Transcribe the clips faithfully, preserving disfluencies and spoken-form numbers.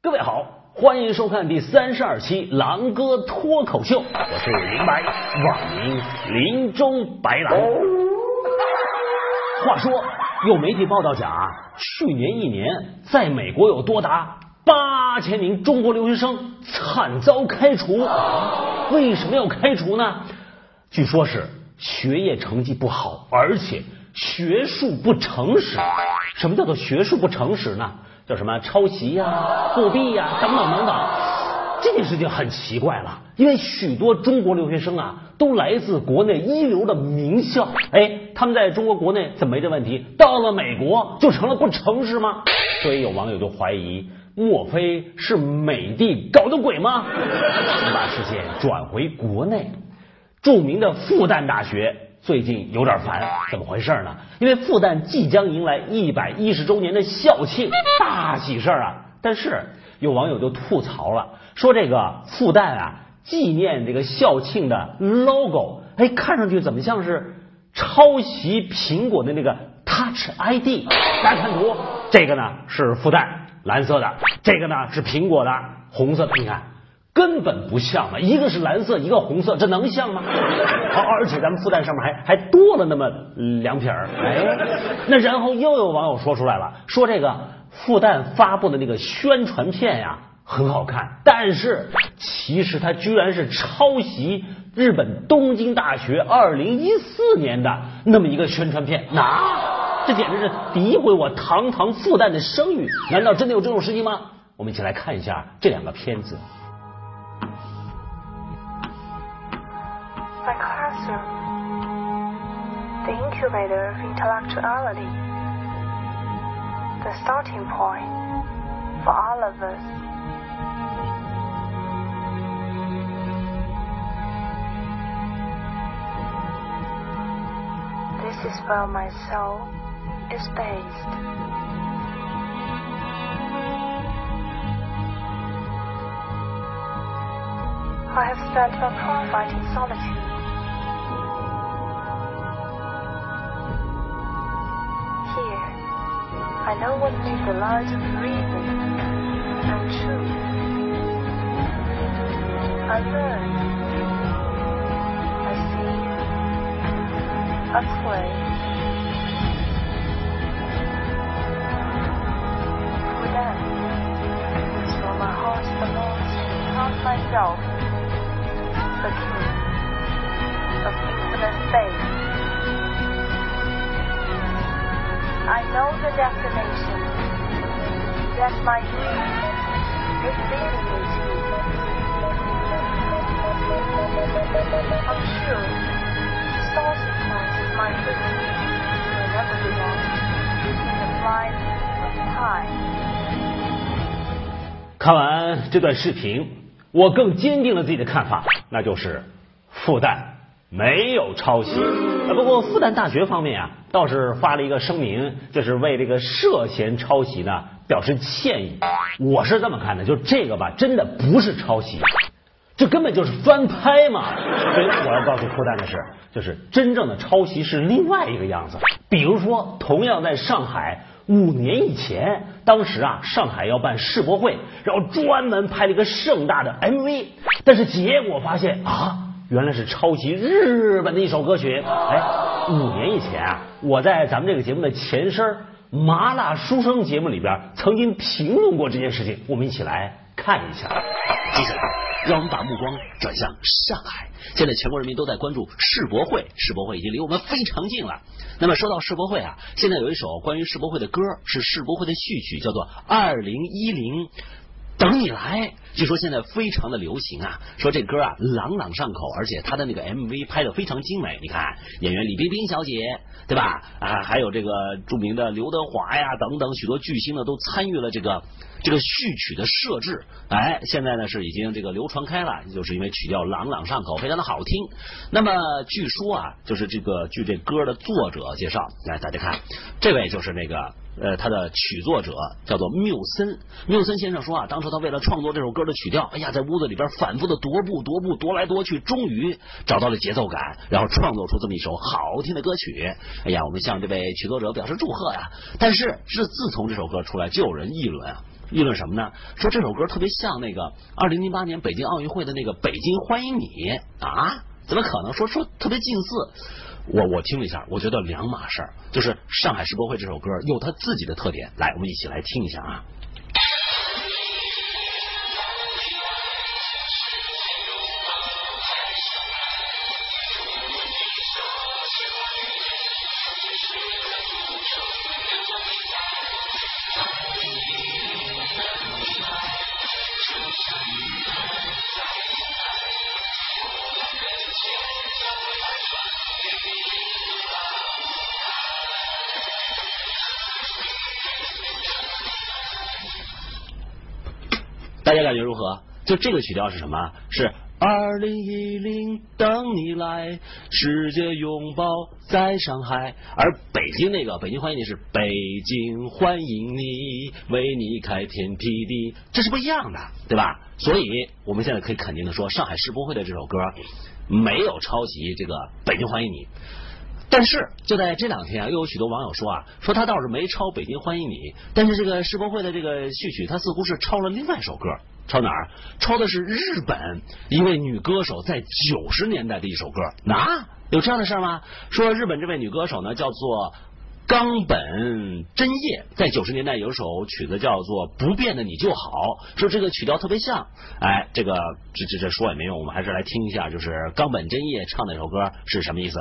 各位好，欢迎收看第三十二期狼哥脱口秀，我是林白，网名林中白狼。话说，有媒体报道讲啊，去年一年在美国有多达八千名中国留学生惨遭开除。为什么要开除呢？据说是学业成绩不好，而且学术不诚实。什么叫做学术不诚实呢？叫什么抄袭呀、啊、作弊呀、啊、等等等等。这件事情很奇怪了，因为许多中国留学生啊都来自国内一流的名校，哎，他们在中国国内怎么没这问题，到了美国就成了不诚实吗？所以有网友就怀疑，莫非是美帝搞的鬼吗？把视线转回国内，著名的复旦大学最近有点烦，怎么回事呢？因为复旦即将迎来一百一十周年的校庆，大喜事啊！但是有网友就吐槽了，说这个复旦啊，纪念这个校庆的 logo， 哎，看上去怎么像是抄袭苹果的那个 Touch I D？ 大家看图，这个呢是复旦蓝色的，这个呢是苹果的红色的，你看。根本不像嘛，一个是蓝色，一个红色，这能像吗？而且咱们复旦上面还还多了那么两撇儿，哎，那然后又有网友说出来了，说这个复旦发布的那个宣传片呀很好看，但是其实它居然是抄袭日本东京大学二零一四年的那么一个宣传片，那这简直是诋毁我堂堂复旦的声誉，难道真的有这种事情吗？我们一起来看一下这两个片子。 My classroom, the incubator of intellectuality, the starting point for all of us. This is where my soul is based. I have spent my prime life in solitude. Here, I know what is the light of reason and truth. I learn, I see, I play. For that is where my heart belongs to count myself.The king of infinite space. I know the destination that my dream is leading me to. I'm sure the starting point of my dream will never be lost in the flight of time. 看完这段视频，我更坚定了自己的看法，那就是复旦没有抄袭。不过复旦大学方面啊，倒是发了一个声明，就是为这个涉嫌抄袭呢表示歉意。我是这么看的，就这个吧，真的不是抄袭，这根本就是翻拍嘛。所以我要告诉复旦的是，就是真正的抄袭是另外一个样子。比如说，同样在上海。五年以前，当时啊，上海要办世博会，然后专门拍了一个盛大的 M V， 但是结果发现啊，原来是抄袭日本的一首歌曲。哎，五年以前啊，我在咱们这个节目的前身麻辣书生节目里边曾经评论过这件事情，我们一起来看一下。 接下来，让我们把目光转向上海。现在全国人民都在关注世博会，世博会已经离我们非常近了。那么说到世博会啊，现在有一首关于世博会的歌，是世博会的序曲，叫做《二零一零等你来》，据说现在非常的流行啊。说这歌啊朗朗上口，而且他的那个 M V 拍得非常精美。你看演员李冰冰小姐，对吧？啊，还有这个著名的刘德华呀等等许多巨星呢都参与了这个这个序曲的设置。哎，现在呢是已经这个流传开了，就是因为曲调朗朗上口，非常的好听。那么据说啊，就是这个据这歌的作者介绍，来大家看，这位就是那个。呃，他的曲作者叫做缪森。缪森先生说啊，当初他为了创作这首歌的曲调，哎呀，在屋子里边反复的踱步踱步踱来踱去，终于找到了节奏感，然后创作出这么一首好听的歌曲。哎呀，我们向这位曲作者表示祝贺呀！但是是自从这首歌出来，就有人议论啊， 议论什么呢？说这首歌特别像那个二零零八年北京奥运会的那个《北京欢迎你》啊，怎么可能？说说特别近似。我我听了一下，我觉得两码事儿。就是上海世博会这首歌有它自己的特点，来，我们一起来听一下啊。大家感觉如何？就这个曲调是什么？是二零一零等你来，世界拥抱在上海。而北京那个北京欢迎你是北京欢迎你，为你开天辟地，这是不一样的，对吧？所以我们现在可以肯定的说，上海世博会的这首歌没有抄袭这个北京欢迎你。但是就在这两天啊，又有许多网友说啊，说他倒是没抄《北京欢迎你》，但是这个世博会的这个序曲，他似乎是抄了另外一首歌。抄哪儿？抄的是日本一位女歌手在九十年代的一首歌。啊，有这样的事吗？说日本这位女歌手呢，叫做冈本真叶，在九十年代有首曲子叫做《不变的你就好》，说这个曲调特别像。哎，这个这这这说也没用，我们还是来听一下，就是冈本真叶唱的这首歌是什么意思。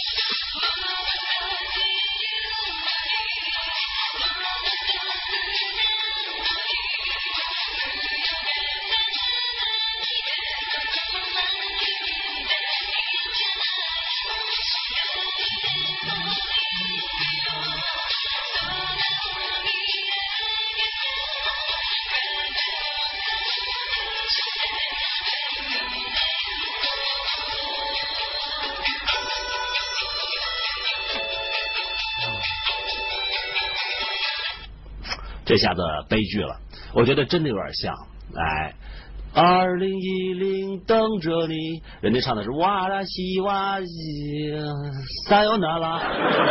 这下子悲剧了，我觉得真的有点像。哎，二零一零等着你，人家唱的是哇啦西哇西撒尤那拉。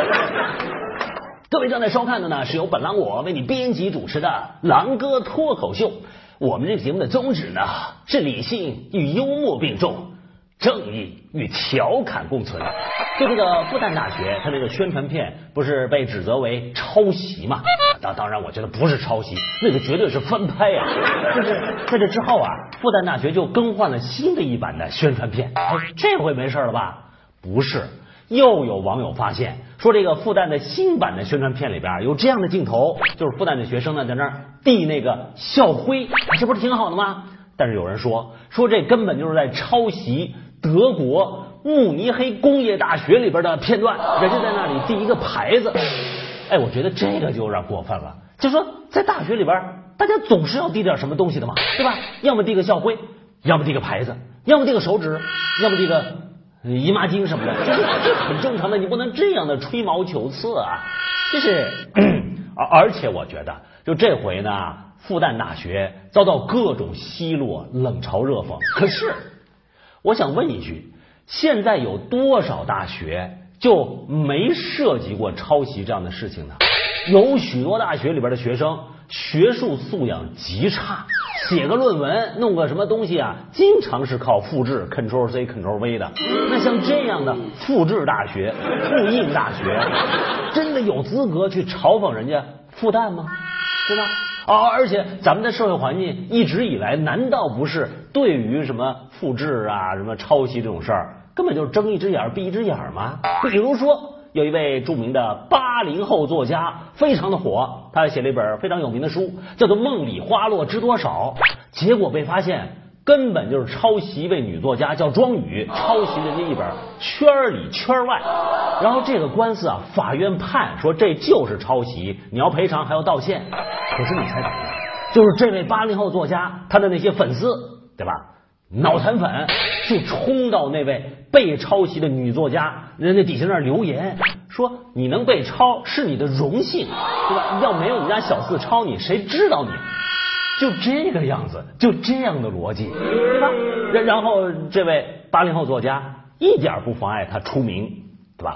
各位正在收看的呢，是由本狼我为你编辑主持的狼哥脱口秀。我们这个节目的宗旨呢，是理性与幽默并重，正义与调侃共存。就这个复旦大学，它这个宣传片不是被指责为抄袭嘛？当当然，我觉得不是抄袭，那个绝对是翻拍啊！就是在这之后啊，复旦大学就更换了新的一版的宣传片。哎，这回没事了吧？不是，又有网友发现说，这个复旦的新版的宣传片里边有这样的镜头，就是复旦的学生呢在那儿递那个校徽，这不是挺好的吗？但是有人说，说这根本就是在抄袭德国慕尼黑工业大学里边的片段，人家在那里递一个牌子。哎，我觉得这个就有点过分了。就说在大学里边，大家总是要递点什么东西的嘛，对吧？要么递个校徽，要么递个牌子，要么递个手指，要么递个姨妈巾什么的，这这很正常的，你不能这样的吹毛求疵啊！就是，而而且我觉得，就这回呢，复旦大学遭到各种奚落、冷嘲热讽。可是，我想问一句，现在有多少大学就没涉及过抄袭这样的事情呢？有许多大学里边的学生学术素养极差，写个论文弄个什么东西啊，经常是靠复制 Ctrl C Ctrl V 的。那像这样的复制大学、复印大学，真的有资格去嘲讽人家复旦吗？对吧？哦，而且咱们的社会环境一直以来，难道不是对于什么复制啊、什么抄袭这种事儿，根本就是睁一只眼闭一只眼吗？比如说，有一位著名的八零后作家，非常的火，他写了一本非常有名的书，叫做《梦里花落知多少》，结果被发现根本就是抄袭一位女作家叫庄宇，抄袭人家一本圈里圈外。然后这个官司啊，法院判说这就是抄袭，你要赔偿还要道歉。可是你猜怎么样？就是这位八零后作家他的那些粉丝，对吧？脑残粉就冲到那位被抄袭的女作家人家底下那儿留言，说你能被抄是你的荣幸，对吧？要没有你家小四抄你，谁知道你？就这个样子，就这样的逻辑，对吧？然然后这位八零后作家一点不妨碍他出名，对吧？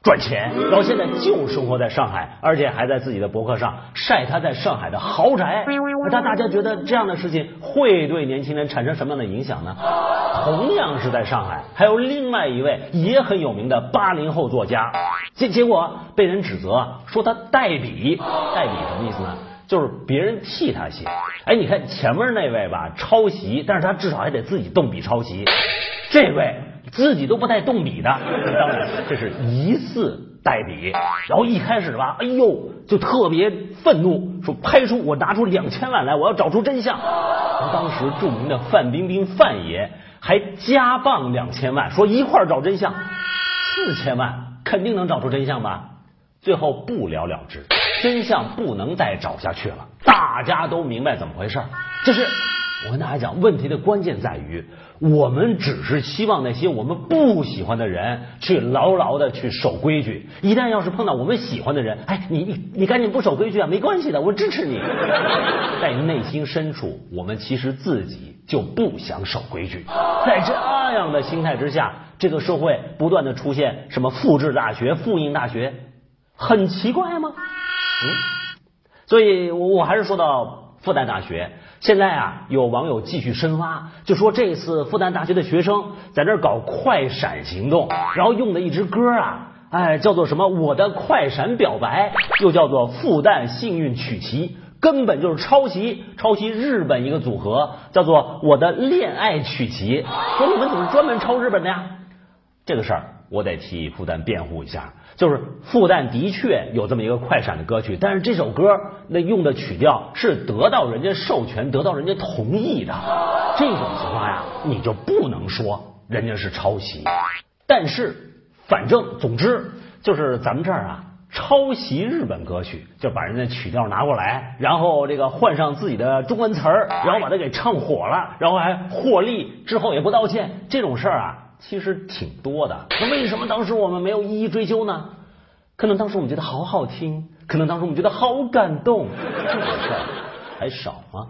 赚钱，然后现在就生活在上海，而且还在自己的博客上晒他在上海的豪宅。那大家觉得这样的事情会对年轻人产生什么样的影响呢？同样是在上海，还有另外一位也很有名的八零后作家，结结果被人指责说他代笔。代笔什么意思呢？就是别人替他写。哎，你看前面那位吧，抄袭，但是他至少还得自己动笔抄袭。这位自己都不带动笔的，当然这是疑似代笔。然后一开始吧，哎呦，就特别愤怒，说拍出我拿出两千万来，我要找出真相。然后当时著名的范冰冰范爷还加磅两千万，说一块儿找真相，四千万肯定能找出真相吧？最后不了了之，真相不能再找下去了。大家都明白怎么回事，就是我跟大家讲，问题的关键在于，我们只是希望那些我们不喜欢的人去牢牢的去守规矩。一旦要是碰到我们喜欢的人，哎，你你你赶紧不守规矩啊，没关系的，我支持你。在内心深处，我们其实自己就不想守规矩。在这样的心态之下，这个社会不断的出现什么复制大学、复印大学，很奇怪吗？嗯，所以我我还是说到复旦大学。现在啊，有网友继续深挖，就说这次复旦大学的学生在这儿搞快闪行动，然后用的一支歌啊，哎，叫做什么我的快闪表白，又叫做复旦幸运曲奇，根本就是抄袭，抄袭日本一个组合叫做我的恋爱曲奇。说你们怎么专门抄日本的呀？这个事儿我得替复旦辩护一下，就是复旦的确有这么一个快闪的歌曲，但是这首歌那用的曲调是得到人家授权、得到人家同意的，这种情况呀，你就不能说人家是抄袭。但是反正总之就是咱们这儿啊，抄袭日本歌曲，就把人家曲调拿过来，然后这个换上自己的中文词儿，然后把它给唱火了，然后还获利，之后也不道歉，这种事儿啊其实挺多的。那为什么当时我们没有一一追究呢？可能当时我们觉得好好听，可能当时我们觉得好感动，这种事儿还少吗？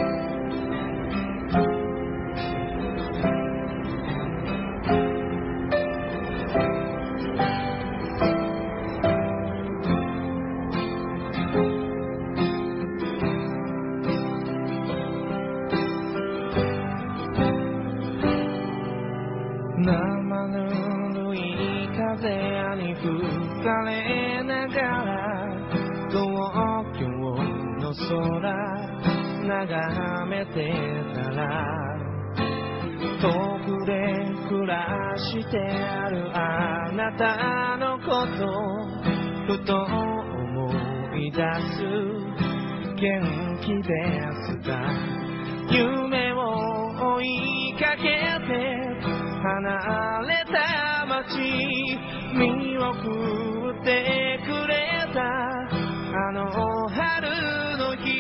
夢を追いかけて離れた街見送ってくれたあの春の日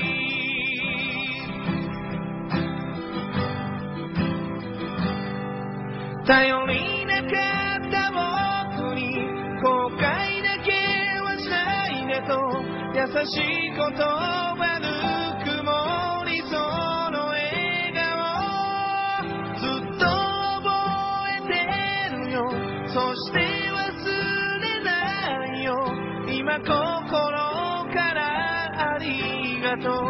頼りなかった僕に後悔だけはしないでと優しい言葉ぬくもりその笑顔ずっと覚えてるよそして忘れないよ今心からありがとう